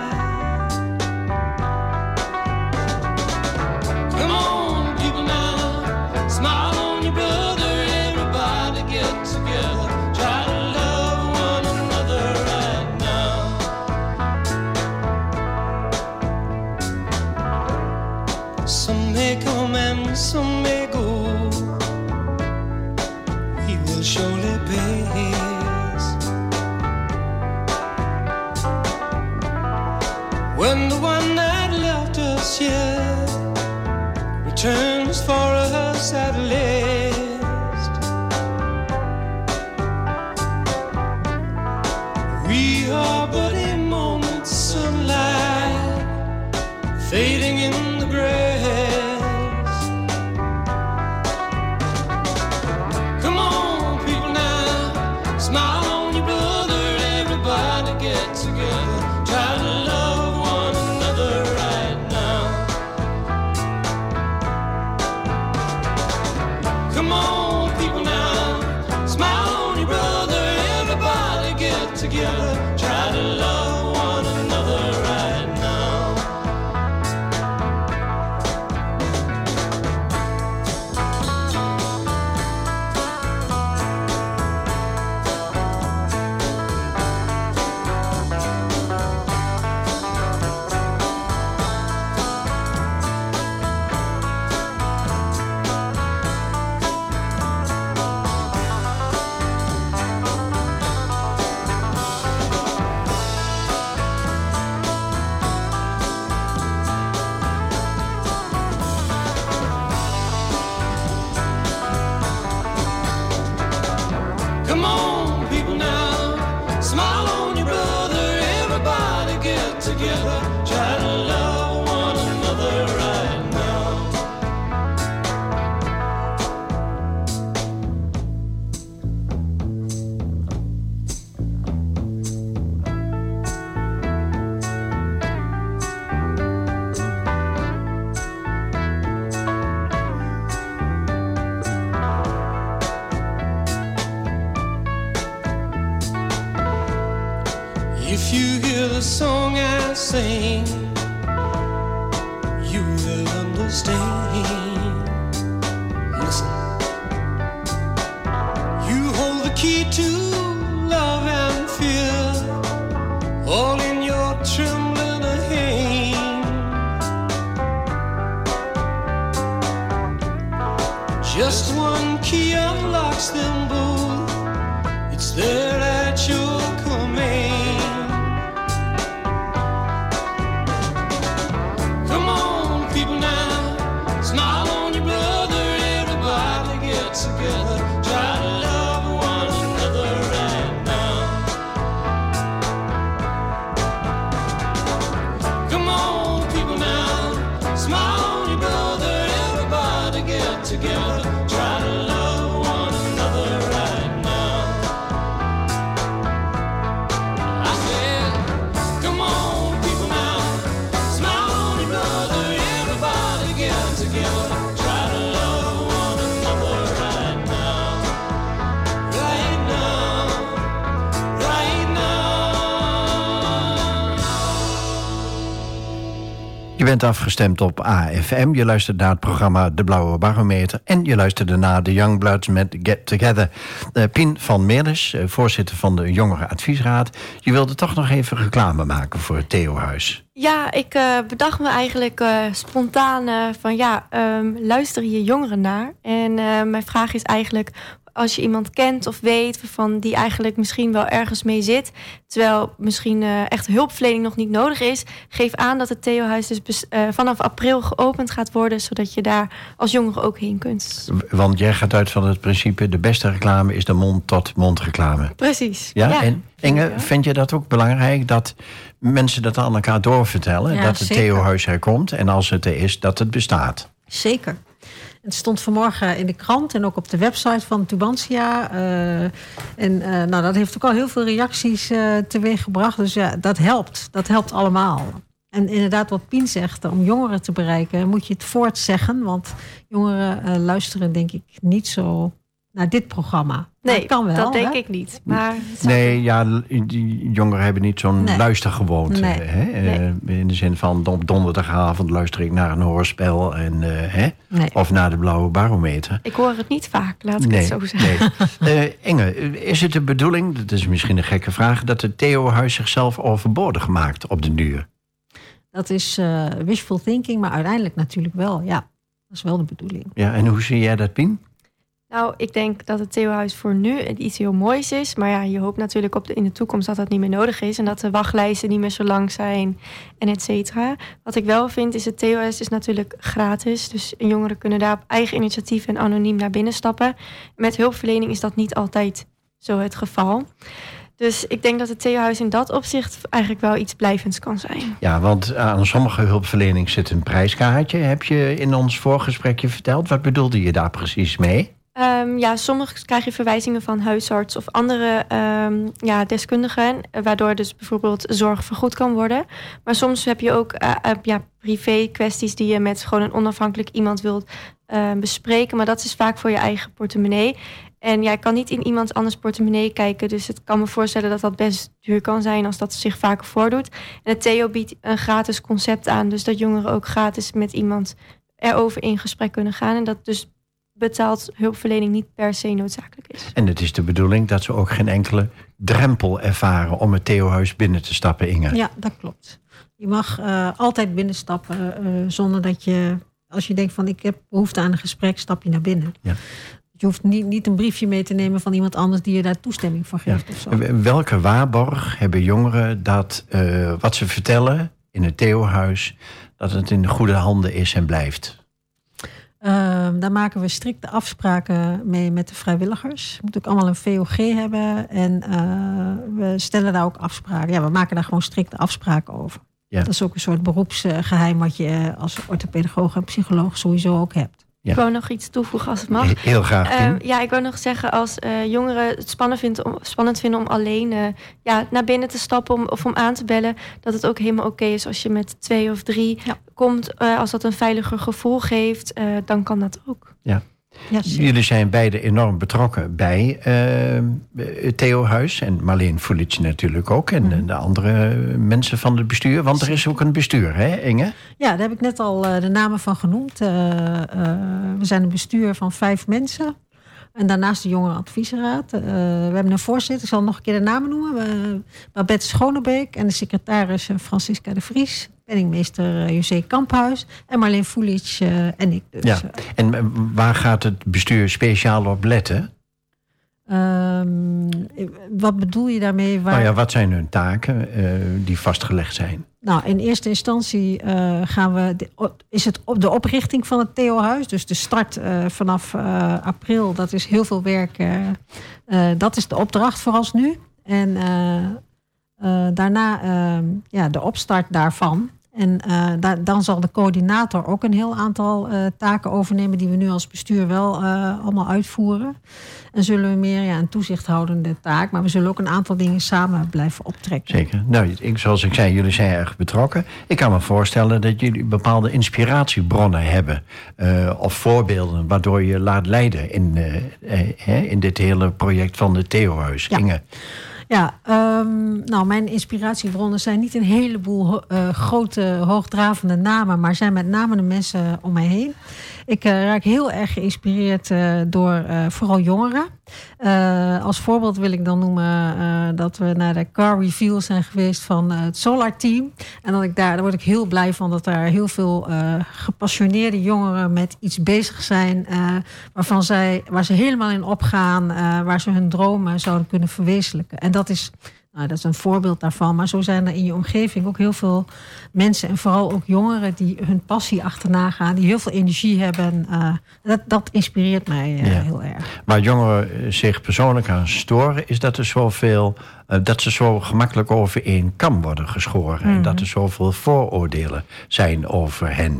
Come on, people now, smile on your brother, everybody get together, try to love one another right now. Some may come and some may go, we will surely pass. When the one that left us here returns for us at last, we are but a moment's sunlight fading in the grass. Come on, people now, smile on your brother, everybody get together, try to love one another right now. Come on, people now, smile on your brother, everybody get together, try to love one another right now. If you hear the song I sing, you will understand. Listen. You hold the key to love and fear, all in your trembling hand. Just one key unlocks them both. It's there at your command. Come on, people now, smile on your brother. Everybody get together. Try to love one another right now. Come on, people now, smile on your brother. Everybody get together. Try to love one another right now. I said, come on, people now, smile on your brother. Everybody get together. Try to love one another right now. Right now. Right now. Je bent afgestemd op AFM. Je luistert naar het programma De Blauwe Barometer. En je luisterde naar de Youngbloods met Get Together. Pien van Meerlis, voorzitter van de Jongerenadviesraad. Je wilde toch nog even reclame maken voor het Theo-huis. Ja, ik bedacht me eigenlijk spontaan van luisteren hier jongeren naar? En mijn vraag is eigenlijk, als je iemand kent of weet van die eigenlijk misschien wel ergens mee zit, terwijl misschien echt hulpverlening nog niet nodig is, geef aan dat het Theo-huis dus vanaf april geopend gaat worden, zodat je daar als jongere ook heen kunt. Want jij gaat uit van het principe, de beste reclame is de mond-tot-mond reclame. Precies. Ja? En Inge, vind je dat ook belangrijk dat mensen dat aan elkaar doorvertellen? Ja, dat het zeker. Theo-huis er komt en als het er is, dat het bestaat? Zeker. Het stond vanmorgen in de krant en ook op de website van Tubantia. Dat heeft ook al heel veel reacties teweeggebracht. Dus ja, dat helpt. Dat helpt allemaal. En inderdaad, wat Pien zegt, om jongeren te bereiken, moet je het voortzeggen. Want jongeren luisteren denk ik niet zo naar dit programma. Nee, dat kan wel. dat denk hè? ik niet. Maar Nee, ja, die jongeren hebben niet zo'n luistergewoonte. Nee. Hè? In de zin van, op donderdagavond luister ik naar een hoorspel. Nee. Of naar de Blauwe Barometer. ik hoor het niet vaak, laat ik het zo zeggen. Nee. Inge, is het de bedoeling, dat is misschien een gekke vraag, dat het Theo-huis zichzelf overbodig maakt op den duur? Dat is wishful thinking, maar uiteindelijk natuurlijk wel. Ja, dat is wel de bedoeling. Ja, en hoe zie jij dat, Pien? Nou, ik denk dat het Theo-huis voor nu iets heel moois is. Maar ja, je hoopt natuurlijk in de toekomst dat dat niet meer nodig is. En dat de wachtlijsten niet meer zo lang zijn en et cetera. Wat ik wel vind is, het Theo-huis is natuurlijk gratis. Dus jongeren kunnen daar op eigen initiatief en anoniem naar binnen stappen. Met hulpverlening is dat niet altijd zo het geval. Dus ik denk dat het Theo-huis in dat opzicht eigenlijk wel iets blijvends kan zijn. Ja, want aan sommige hulpverlening zit een prijskaartje. Heb je in ons voorgesprekje verteld. Wat bedoelde je daar precies mee? Soms krijg je verwijzingen van huisarts of andere deskundigen, waardoor dus bijvoorbeeld zorg vergoed kan worden. Maar soms heb je ook privé kwesties die je met gewoon een onafhankelijk iemand wilt bespreken. Maar dat is vaak voor je eigen portemonnee. En jij kan niet in iemand anders portemonnee kijken. Dus het kan me voorstellen dat dat best duur kan zijn als dat zich vaker voordoet. En het Theo biedt een gratis concept aan. Dus dat jongeren ook gratis met iemand erover in gesprek kunnen gaan. En dat dus betaald hulpverlening niet per se noodzakelijk is. En het is de bedoeling dat ze ook geen enkele drempel ervaren om het Theo-huis binnen te stappen, Inge. Ja, dat klopt. Je mag altijd binnenstappen zonder dat je, als je denkt van ik heb behoefte aan een gesprek, stap je naar binnen. Ja. Je hoeft niet een briefje mee te nemen van iemand anders die je daar toestemming voor geeft. Of zo. Welke waarborg hebben jongeren dat wat ze vertellen in het Theo-huis, dat het in de goede handen is en blijft? Daar maken we strikte afspraken mee met de vrijwilligers. Je moet ook allemaal een VOG hebben. En we stellen daar ook afspraken. Ja, we maken daar gewoon strikte afspraken over. Ja. Dat is ook een soort beroepsgeheim wat je als orthopedagoog en psycholoog sowieso ook hebt. Ja. Ik wou nog iets toevoegen als het mag. Heel graag, Pien. Ik wou nog zeggen, als jongeren het spannend vinden om alleen naar binnen te stappen of om aan te bellen, dat het ook helemaal oké is als je met 2 of 3 komt. Als dat een veiliger gevoel geeft, dan kan dat ook. Ja. Ja, zeker. Jullie zijn beide enorm betrokken bij het Theo-huis. En Marleen Fulic natuurlijk ook. En de andere mensen van het bestuur. Want er is ook een bestuur, hè Inge? Ja, daar heb ik net al de namen van genoemd. We zijn een bestuur van 5 mensen. En daarnaast de jongerenadviesraad. We hebben een voorzitter, ik zal nog een keer de namen noemen. Babette Schonebeek en de secretaris Francisca de Vries. Penningmeester José Kamphuis en Marleen Fulic en ik dus. Ja. En waar gaat het bestuur speciaal op letten? Wat bedoel je daarmee? Nou ja, wat zijn hun taken die vastgelegd zijn? Nou, in eerste instantie is het op de oprichting van het Theo-huis. Dus de start vanaf april, dat is heel veel werk. Dat is de opdracht vooralsnu. En daarna de opstart daarvan. En dan zal de coördinator ook een heel aantal taken overnemen... die we nu als bestuur wel allemaal uitvoeren. En zullen we meer een toezichthoudende taak... maar we zullen ook een aantal dingen samen blijven optrekken. Zeker. Nou, zoals ik zei, jullie zijn erg betrokken. Ik kan me voorstellen dat jullie bepaalde inspiratiebronnen hebben... of voorbeelden waardoor je laat leiden in dit hele project van het Theo-huis. Ja. Inge? Ja, mijn inspiratiebronnen zijn niet een heleboel grote, hoogdravende namen... maar zijn met name de mensen om mij heen. Ik raak heel erg geïnspireerd door vooral jongeren. Als voorbeeld wil ik dan noemen dat we naar de car reveal zijn geweest van het Solar Team. En daar word ik heel blij van dat daar heel veel gepassioneerde jongeren met iets bezig zijn. Waar ze helemaal in opgaan, waar ze hun dromen zouden kunnen verwezenlijken. En dat is een voorbeeld daarvan. Maar zo zijn er in je omgeving ook heel veel mensen... en vooral ook jongeren die hun passie achterna gaan... die heel veel energie hebben. Dat inspireert mij heel erg. Waar jongeren zich persoonlijk aan storen... is dat er zoveel... dat ze zo gemakkelijk over één kam worden geschoren. En dat er zoveel vooroordelen zijn over hen.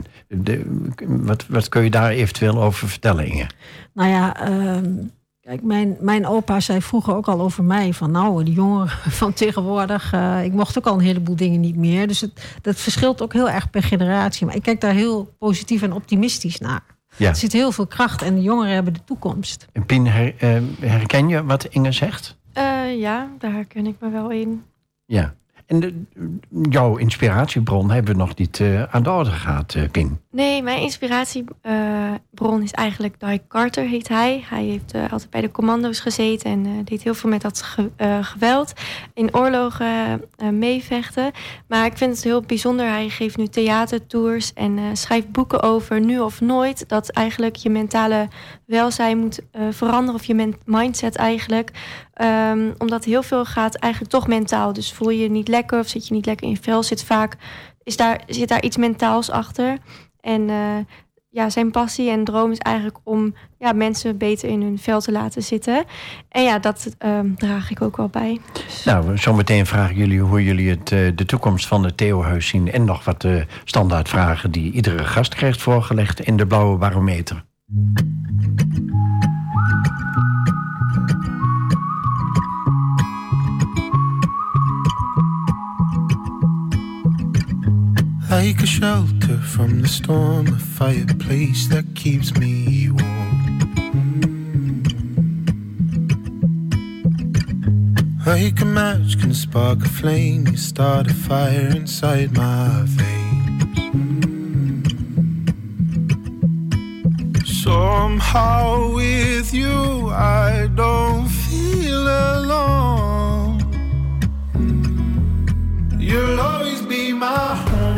Wat kun je daar eventueel over vertellen, Inge? Nou ja... Kijk, mijn opa zei vroeger ook al over mij... van die jongeren van tegenwoordig... ik mocht ook al een heleboel dingen niet meer. Dus dat verschilt ook heel erg per generatie. Maar ik kijk daar heel positief en optimistisch naar. Ja. Er zit heel veel kracht en de jongeren hebben de toekomst. En Pien, herken je wat Inge zegt? Ja, daar herken ik me wel in. Ja. En jouw inspiratiebron hebben we nog niet aan de orde gehad, Pien. Nee, mijn inspiratiebron is eigenlijk Di Carter, heet hij. Hij heeft altijd bij de commando's gezeten en deed heel veel met dat geweld. In oorlogen meevechten. Maar ik vind het heel bijzonder. Hij geeft nu theatertours en schrijft boeken over nu of nooit. Dat eigenlijk je mentale welzijn moet veranderen. Of je mindset eigenlijk. Omdat heel veel gaat eigenlijk toch mentaal. Dus voel je je niet lekker of zit je niet lekker in je vel. Zit daar iets mentaals achter. En zijn passie en droom is eigenlijk om mensen beter in hun vel te laten zitten. En dat draag ik ook wel bij. Dus. Nou, zometeen vragen jullie hoe jullie de toekomst van het Theo-huis zien. En nog wat standaardvragen die iedere gast krijgt voorgelegd in de Blauwe Barometer. Like a shelter from the storm, a fireplace that keeps me warm. Like a match can spark a flame, you start a fire inside my veins. Somehow with you I don't feel alone. You'll always be my home.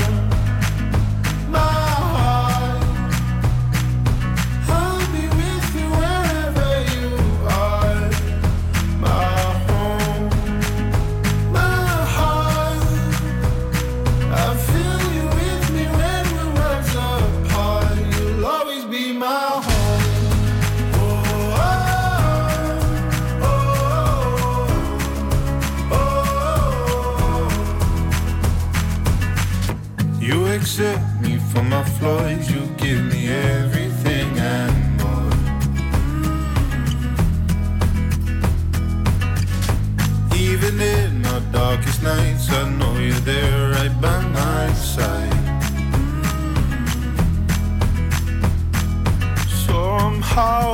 Accept me for my flaws, you give me everything and more. Even in our darkest nights, I know you're there right by my side. Somehow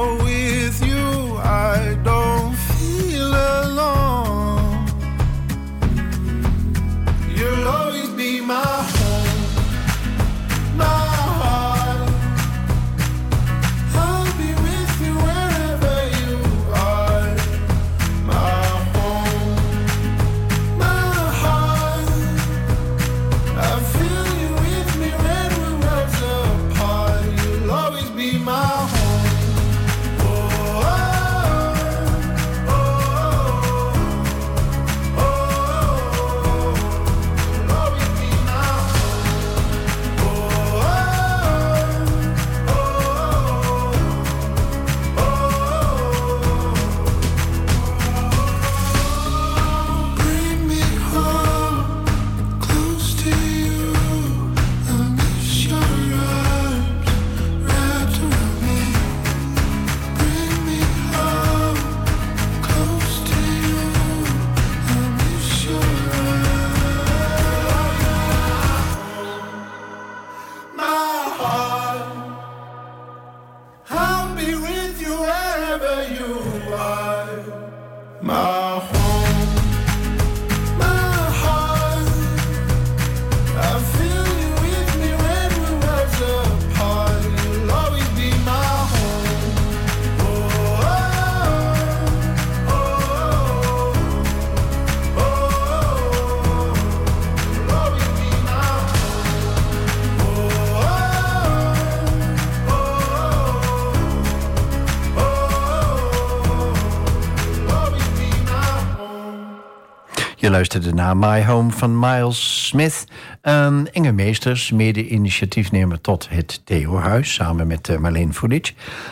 luisterde naar My Home van Miles Smith. Inge Meesters, mede-initiatiefnemer tot het Theo-huis, samen met Marleen Fulic.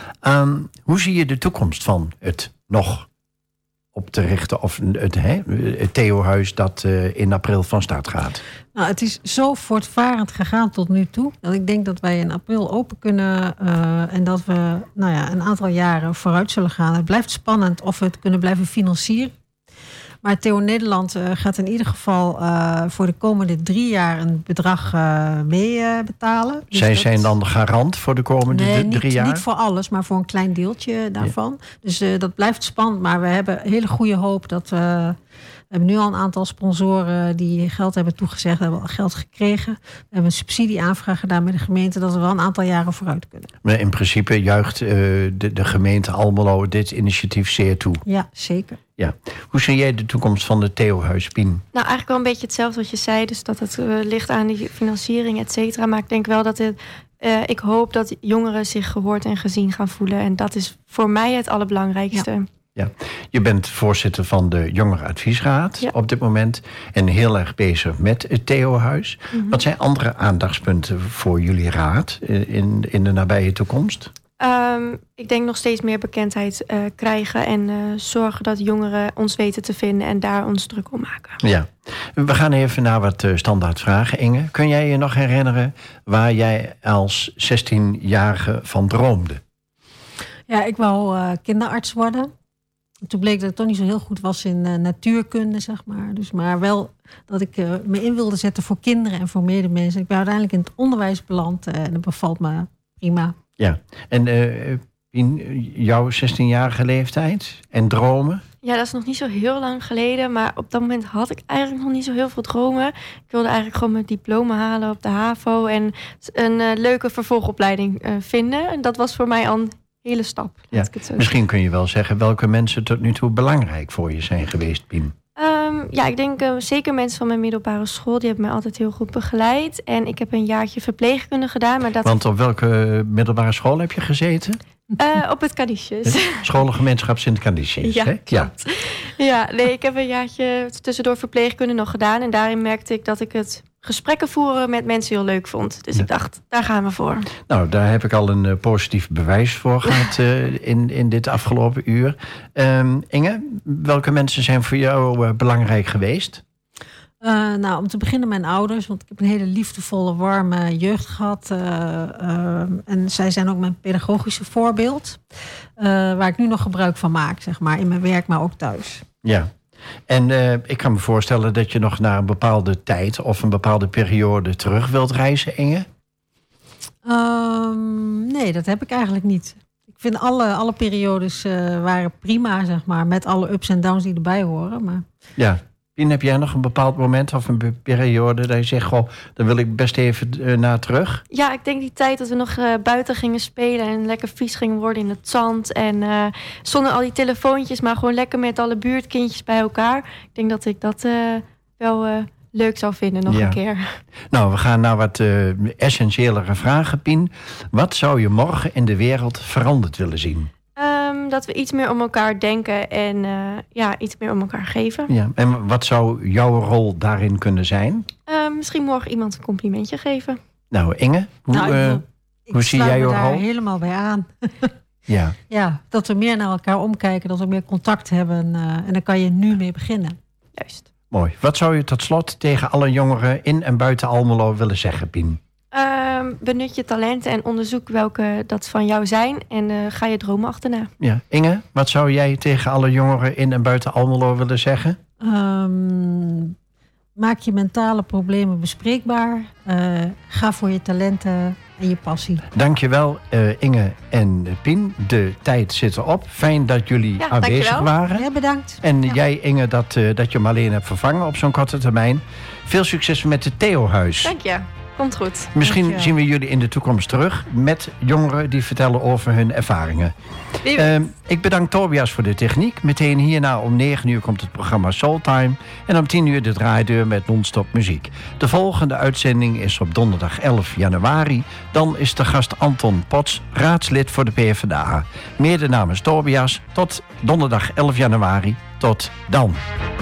Hoe zie je de toekomst van het nog op te richten, of het Theo-huis dat in april van start gaat? Nou, het is zo voortvarend gegaan tot nu toe, dat ik denk dat wij in april open kunnen en dat we een aantal jaren vooruit zullen gaan. Het blijft spannend of we het kunnen blijven financieren. Maar Theo Nederland gaat in ieder geval voor de komende 3 jaar een bedrag mee betalen. Dus Zij zijn dan de garant voor de komende 3 jaar? Niet voor alles, maar voor een klein deeltje daarvan. Ja. Dus dat blijft spannend, maar we hebben hele goede hoop dat we hebben nu al een aantal sponsoren die geld hebben toegezegd, hebben al geld gekregen. We hebben een subsidieaanvraag gedaan met de gemeente, dat we wel een aantal jaren vooruit kunnen. Maar in principe juicht de gemeente Almelo dit initiatief zeer toe. Ja, zeker. Ja. Hoe zie jij de toekomst van het Theo-huis, Pien? Nou, eigenlijk wel een beetje hetzelfde wat je zei. Dus dat het ligt aan die financiering, et cetera. Maar ik denk wel dat ik hoop dat jongeren zich gehoord en gezien gaan voelen. En dat is voor mij het allerbelangrijkste. Ja. Je bent voorzitter van de Jongerenadviesraad op dit moment. En heel erg bezig met het Theo-huis. Mm-hmm. Wat zijn andere aandachtspunten voor jullie raad in de nabije toekomst? Ik denk nog steeds meer bekendheid krijgen en zorgen dat jongeren ons weten te vinden en daar ons druk om maken. Ja, we gaan even naar wat standaard vragen, Inge. Kun jij je nog herinneren waar jij als 16-jarige van droomde? Ja, ik wou kinderarts worden. Toen bleek dat ik toch niet zo heel goed was in natuurkunde, zeg maar. Dus maar wel dat ik me in wilde zetten voor kinderen en voor medemensen. Ik ben uiteindelijk in het onderwijs beland en dat bevalt me prima. Ja, en in jouw 16-jarige leeftijd en dromen? Ja, dat is nog niet zo heel lang geleden. Maar op dat moment had ik eigenlijk nog niet zo heel veel dromen. Ik wilde eigenlijk gewoon mijn diploma halen op de HAVO en een leuke vervolgopleiding vinden. En dat was voor mij al een hele stap. Ja. Misschien kun je wel zeggen welke mensen tot nu toe belangrijk voor je zijn geweest, Pien. Ja, ik denk zeker mensen van mijn middelbare school. Die hebben mij altijd heel goed begeleid. En ik heb een jaartje verpleegkunde gedaan. Maar dat... Want op welke middelbare school heb je gezeten? Op het Canisius. Scholengemeenschap Sint-Canisius. Ja, hè? klopt. Ja, nee, ik heb een jaartje tussendoor verpleegkunde nog gedaan. En daarin merkte ik dat ik het gesprekken voeren met mensen heel leuk vond. Dus ik dacht, daar gaan we voor. Nou, daar heb ik al een positief bewijs voor gehad in dit afgelopen uur. Inge, welke mensen zijn voor jou belangrijk geweest? Nou, om te beginnen mijn ouders. Want ik heb een hele liefdevolle, warme jeugd gehad. En zij zijn ook mijn pedagogische voorbeeld. Waar ik nu nog gebruik van maak, zeg maar. In mijn werk, maar ook thuis. Ja. En ik kan me voorstellen dat je nog naar een bepaalde tijd of een bepaalde periode terug wilt reizen, Inge? Nee, dat heb ik eigenlijk niet. Ik vind alle periodes waren prima, zeg maar. Met alle ups en downs die erbij horen. Maar... Ja. Pien, heb jij nog een bepaald moment of een periode dat je zegt, goh, daar wil ik best even naar terug? Ja, ik denk die tijd dat we nog buiten gingen spelen en lekker vies gingen worden in het zand. En zonder al die telefoontjes, maar gewoon lekker met alle buurtkindjes bij elkaar. Ik denk dat ik dat wel leuk zou vinden nog een keer. Nou, we gaan naar wat essentiëlere vragen, Pien. Wat zou je morgen in de wereld veranderd willen zien? Dat we iets meer om elkaar denken en iets meer om elkaar geven. Ja. En wat zou jouw rol daarin kunnen zijn? Misschien morgen iemand een complimentje geven. Nou, Inge, hoe zie jij jouw rol? Ik sluit me daar helemaal bij aan. Ja. Ja, dat we meer naar elkaar omkijken, dat we meer contact hebben. En daar kan je nu mee beginnen. Juist. Mooi. Wat zou je tot slot tegen alle jongeren in en buiten Almelo willen zeggen, Pien? Benut je talenten en onderzoek welke dat van jou zijn. En ga je dromen achterna. Ja. Inge, wat zou jij tegen alle jongeren in en buiten Almelo willen zeggen? Maak je mentale problemen bespreekbaar. Ga voor je talenten en je passie. Dankjewel Inge en Pien. De tijd zit erop. Fijn dat jullie aanwezig waren. Ja, bedankt. En jij Inge dat je Marleen hebt vervangen op zo'n korte termijn. Veel succes met het Theo-huis. Dank je. Komt goed. Misschien zien we jullie in de toekomst terug met jongeren die vertellen over hun ervaringen. Ik bedank Tobias voor de techniek. Meteen hierna om 9 uur komt het programma Soultime. En om 10 uur de draaideur met non-stop muziek. De volgende uitzending is op donderdag 11 januari. Dan is de gast Anton Pots, raadslid voor de PvdA. Mede namens Tobias. Tot donderdag 11 januari. Tot dan.